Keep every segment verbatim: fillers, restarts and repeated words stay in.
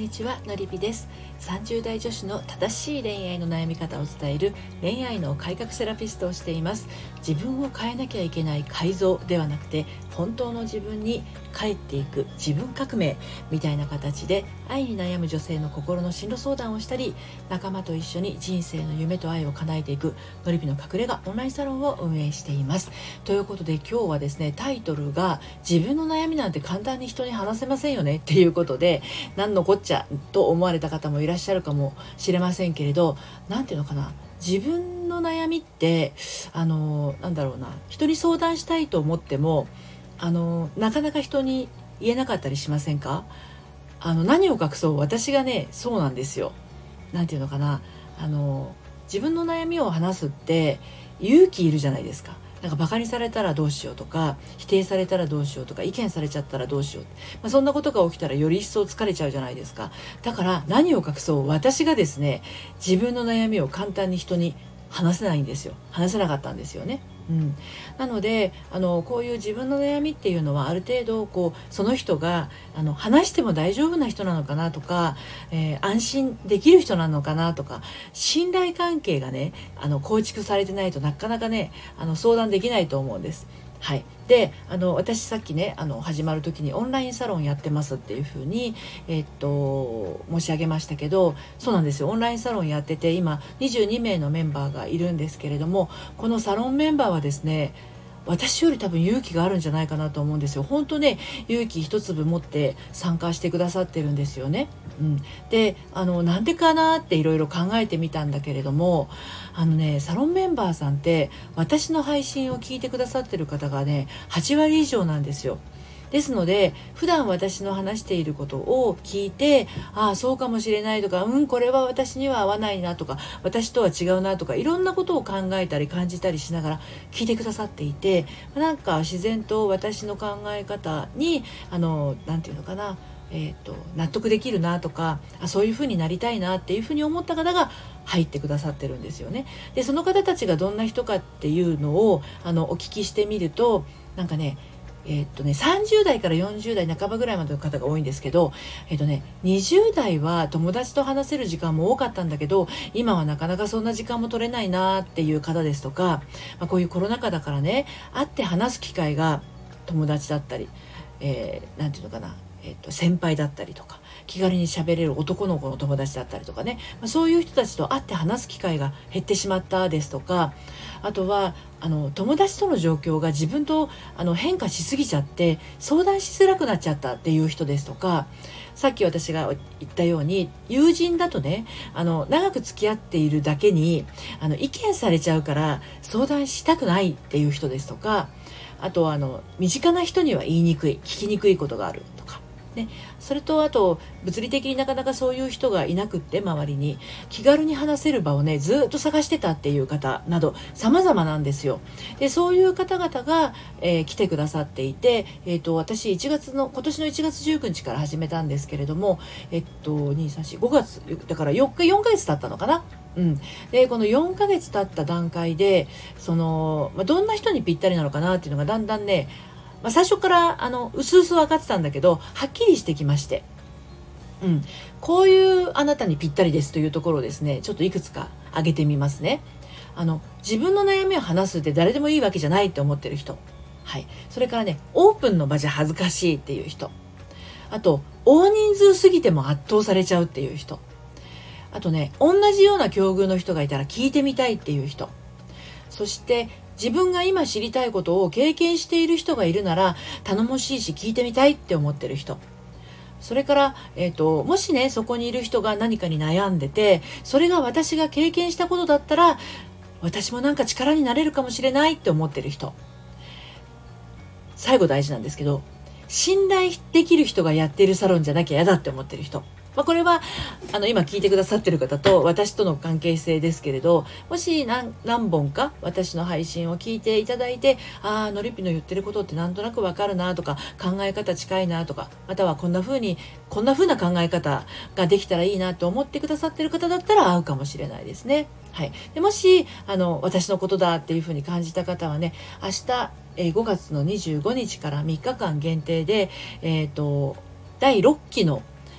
にちは、のりぴです。さんじゅう代女子の正しい恋愛の悩み方を伝える恋愛の改革セラピストをしています。自分を変えなきゃいけない改造ではなくて、本当の自分に帰っていく自分革命みたいな形で、愛に悩む女性の心の進路相談をしたり、仲間と一緒に人生の夢と愛を叶えていくのりぴの隠れ家オンラインサロンを運営しています。ということで、今日はですね、タイトルが自分の悩みなんて簡単に人に話せませんよねっていうことで、何のこっちゃと思われた方もいらっしゃるかもしれませんけれど、なんていうのかな、自分の悩みってあのなんだろうな、人に相談したいと思ってもあのなかなか人に言えなかったりしませんか？あの何を隠そう、私がねそうなんですよ。なんていうのかな、あの自分の悩みを話すって勇気いるじゃないですか。なんかバカにされたらどうしようとか、否定されたらどうしようとか、意見されちゃったらどうしよう、まあ、そんなことが起きたらより一層疲れちゃうじゃないですか。だから何を隠そう、私がですね、自分の悩みを簡単に人に話せないんですよ。話せなかったんですよね。うん、なのであのこういう自分の悩みっていうのは、ある程度こうその人があの話しても大丈夫な人なのかなとか、えー、安心できる人なのかなとか、信頼関係がねあの構築されてないとなかなかねあの相談できないと思うんです。はい、であの私さっきねあの始まる時にオンラインサロンやってますっていうふうに、えっと、申し上げましたけど、そうなんですよ。オンラインサロンやってて今にじゅうにめいのメンバーがいるんですけれども、このサロンメンバーはですね、私より多分勇気があるんじゃないかなと思うんですよ。本当ね、勇気一粒持って参加してくださってるんですよね。うん、であのなんでかなっていろいろ考えてみたんだけれども、あのねサロンメンバーさんって私の配信を聞いてくださってる方がねはちわり以上なんですよ。ですので普段私の話していることを聞いて、ああそうかもしれないとか、うんこれは私には合わないなとか、私とは違うなとか、いろんなことを考えたり感じたりしながら聞いてくださっていて、なんか自然と私の考え方にあのなんていうのかな、えーと、納得できるなとか、あそういう風になりたいなっていう風に思った方が入ってくださってるんですよね。でその方たちがどんな人かっていうのをあのお聞きしてみると、なんかねえーっとね、さんじゅう代からよんじゅう代半ばぐらいまでの方が多いんですけど、えーっとね、にじゅう代は友達と話せる時間も多かったんだけど、今はなかなかそんな時間も取れないなっていう方ですとか、まあ、こういうコロナ禍だからね、会って話す機会が友達だったり、えー、なんていうのかな、えーっと先輩だったりとか、気軽に喋れる男の子の友達だったりとかね、まあ、そういう人たちと会って話す機会が減ってしまったですとか、あとはあの友達との状況が自分とあの変化しすぎちゃって相談しづらくなっちゃったっていう人ですとか、さっき私が言ったように友人だとね、あの長く付き合っているだけにあの意見されちゃうから相談したくないっていう人ですとか、あとはあの身近な人には言いにくい、聞きにくいことがあるとかね、それとあと物理的になかなかそういう人がいなくって、周りに気軽に話せる場をねずっと探してたっていう方など様々なんですよ。でそういう方々が、えー来てくださっていて、えー、と私いちがつの今年のいちがつじゅうくにちから始めたんですけれども、えっとにさんしごがつだからよっかよんかげつ経ったのかな。うん、でこのよんかげつ経った段階でその、まあ、どんな人にぴったりなのかなっていうのがだんだんね、まあ、最初からあの薄々分かってたんだけどはっきりしてきまして、うん、こういうあなたにぴったりですというところをですね、ちょっといくつか挙げてみますね。あの自分の悩みを話すって誰でもいいわけじゃないって思ってる人、はい、それからねオープンの場じゃ恥ずかしいっていう人、あと大人数すぎても圧倒されちゃうっていう人、あとね同じような境遇の人がいたら聞いてみたいっていう人、そして自分が今知りたいことを経験している人がいるなら頼もしいし聞いてみたいって思ってる人、それから、えーと、もしねそこにいる人が何かに悩んでて、それが私が経験したことだったら私もなんか力になれるかもしれないって思ってる人、最後大事なんですけど、信頼できる人がやっているサロンじゃなきゃ嫌だって思ってる人、まあ、これはあの今聞いてくださってる方と私との関係性ですけれど、もし 何, 何本か私の配信を聞いていただいて、ああのりぴの言ってることってなんとなくわかるなとか、考え方近いなとか、またはこんな風にこんな風な考え方ができたらいいなと思ってくださってる方だったら合うかもしれないですね。はい、でもしあの私のことだっていう風に感じた方はね、明日、えー、ごがつのにじゅうごにちからみっかかん限定で、えーと、だいろっきの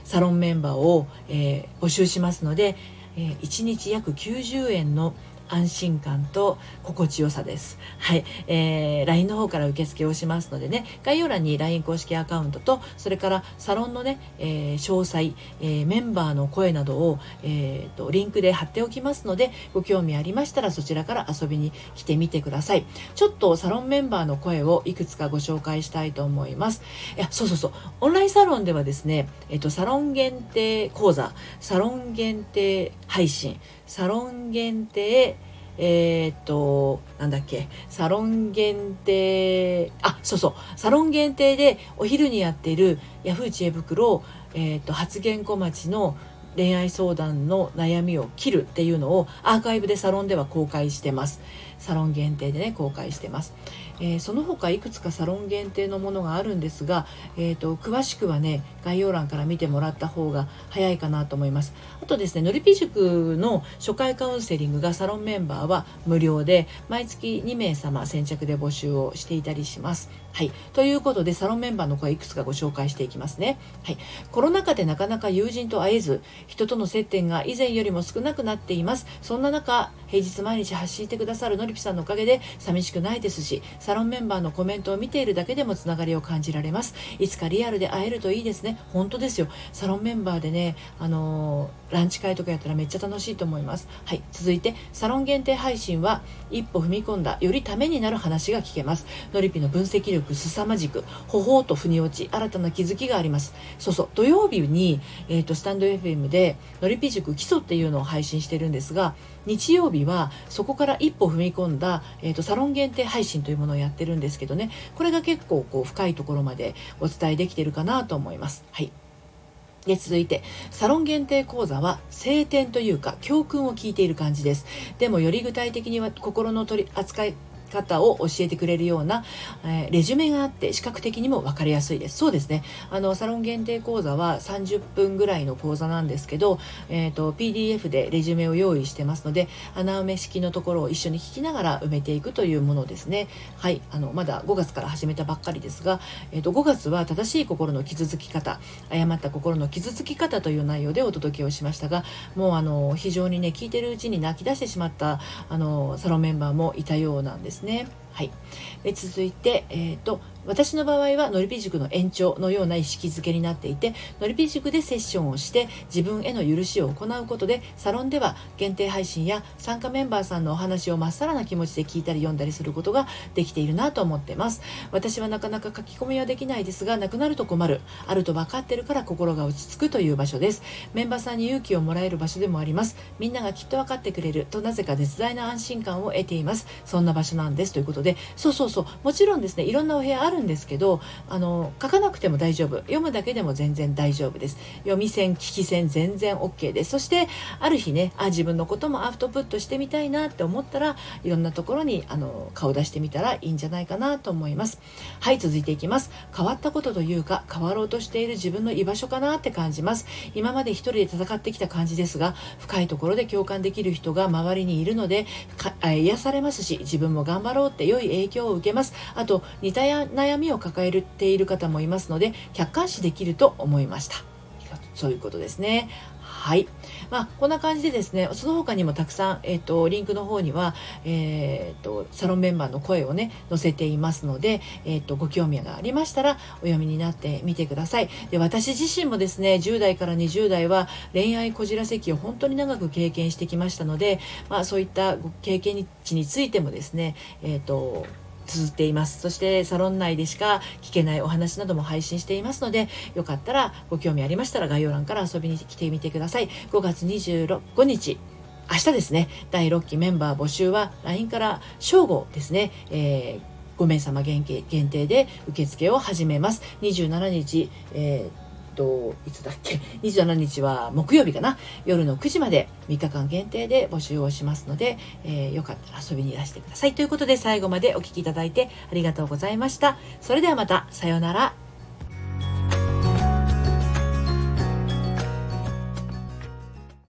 サロンメンバーを、えー、募集しますので、えー、いちにち約きゅうじゅうえんの安心感と心地よさです。はい、えー、ライン の方から受付をしますのでね、概要欄に ライン 公式アカウントと、それからサロンのね、えー、詳細、えー、メンバーの声などを、えー、とリンクで貼っておきますので、ご興味ありましたらそちらから遊びに来てみてください。ちょっとサロンメンバーの声をいくつかご紹介したいと思います。いや、そうそうそう、オンラインサロンではですね、えー、とサロン限定講座、サロン限定配信、サロン限定えー、っとなんだっけサロン限定あそうそうサロン限定でお昼にやっているヤフー知恵袋、えー、っと発言小町の恋愛相談の悩みを切るっていうのをアーカイブでサロンでは公開してます。サロン限定でね公開してます。えー、その他いくつかサロン限定のものがあるんですが、えーと、詳しくはね概要欄から見てもらった方が早いかなと思います。あとですね、のりぴ塾の初回カウンセリングがサロンメンバーは無料で毎月にめいさま先着で募集をしていたりします。はい、ということでサロンメンバーの声いくつかご紹介していきますね。はい、コロナ禍でなかなか友人と会えず、人との接点が以前よりも少なくなっています。そんな中、平日毎日発信してくださるのりぴさんのおかげで寂しくないですし、サロンメンバーのコメントを見ているだけでもつながりを感じられます。いつかリアルで会えるといいですね。本当ですよ。サロンメンバーでね、あのー、ランチ会とかやったらめっちゃ楽しいと思います。はい、続いてサロン限定配信は一歩踏み込んだよりためになる話が聞けます。のりぴの分析力凄まじく、ほほうと腑に落ち、新たな気づきがあります。そうそう、土曜日に、えー、とスタンド エフエム でのりぴ塾基礎っていうのを配信してるんですが、日曜日はそこから一歩踏み込んだ、えー、とサロン限定配信というものをやってるんですけどね、これが結構こう深いところまでお伝えできているかなと思います。はい。で続いてサロン限定講座は聖典というか教訓を聞いている感じです。でもより具体的には心の取り扱い方を教えてくれるような、えー、レジュメがあって視覚的にも分かりやすいです。そうですね、あのサロン限定講座はさんじゅっぷんぐらいの講座なんですけど、えーと、ピーディーエフ でレジュメを用意してますので、穴埋め式のところを一緒に聞きながら埋めていくというものですね。はい、あのまだごがつから始めたばっかりですが、えーと、ごがつは正しい心の傷つき方、誤った心の傷つき方という内容でお届けをしましたが、もうあの非常にね聞いてるうちに泣き出してしまったあのサロンメンバーもいたようなんですね。はい、で続いて、えーと、私の場合はのりぴ塾の延長のような意識づけになっていて、のりぴ塾でセッションをして自分への許しを行うことで、サロンでは限定配信や参加メンバーさんのお話をまっさらな気持ちで聞いたり読んだりすることができているなと思っています。私はなかなか書き込みはできないですが、なくなると困る、あると分かってるから心が落ち着くという場所です。メンバーさんに勇気をもらえる場所でもあります。みんながきっと分かってくれるとなぜか絶大な安心感を得ています。そんな場所なんですということで、そうそうそう、もちろんですね、いろんなお部屋あるんですけど、あの書かなくても大丈夫、読むだけでも全然大丈夫です。読み線聞き線全然 OK です。そしてある日ね、あ自分のこともアウトプットしてみたいなって思ったら、いろんなところにあの顔出してみたらいいんじゃないかなと思います。はい、続いていきます。変わったことというか変わろうとしている自分の居場所かなって感じます。今まで一人で戦ってきた感じですが、深いところで共感できる人が周りにいるので癒されますし、自分も頑張ろうって良い影響を受けます。あと似た悩みを抱えている方もいますので、客観視できると思いました。そういうことですね。はい、まあ、こんな感じでですね、その他にもたくさん、えーと、リンクの方には、えーと、サロンメンバーの声をね載せていますので、えーと、ご興味がありましたらお読みになってみてください。で私自身もですね、じゅう代からにじゅう代は恋愛こじらせ期を本当に長く経験してきましたので、まあ、そういった経験値についてもですね、えーと綴っています。そしてサロン内でしか聞けないお話なども配信していますので、よかったらご興味ありましたら概要欄から遊びに来てみてください。ごがつにじゅうごにち、明日ですね、だいろっきメンバー募集は ライン から正午ですね、えー、ごめいさま限定で受付を始めます。にじゅうしちにち、えーといつだっけにじゅうしちにちは木曜日かな、夜のくじまでみっかかん限定で募集をしますので、えー、よかったら遊びにいらしてください。ということで最後までお聞きいただいてありがとうございました。それではまた、さようなら。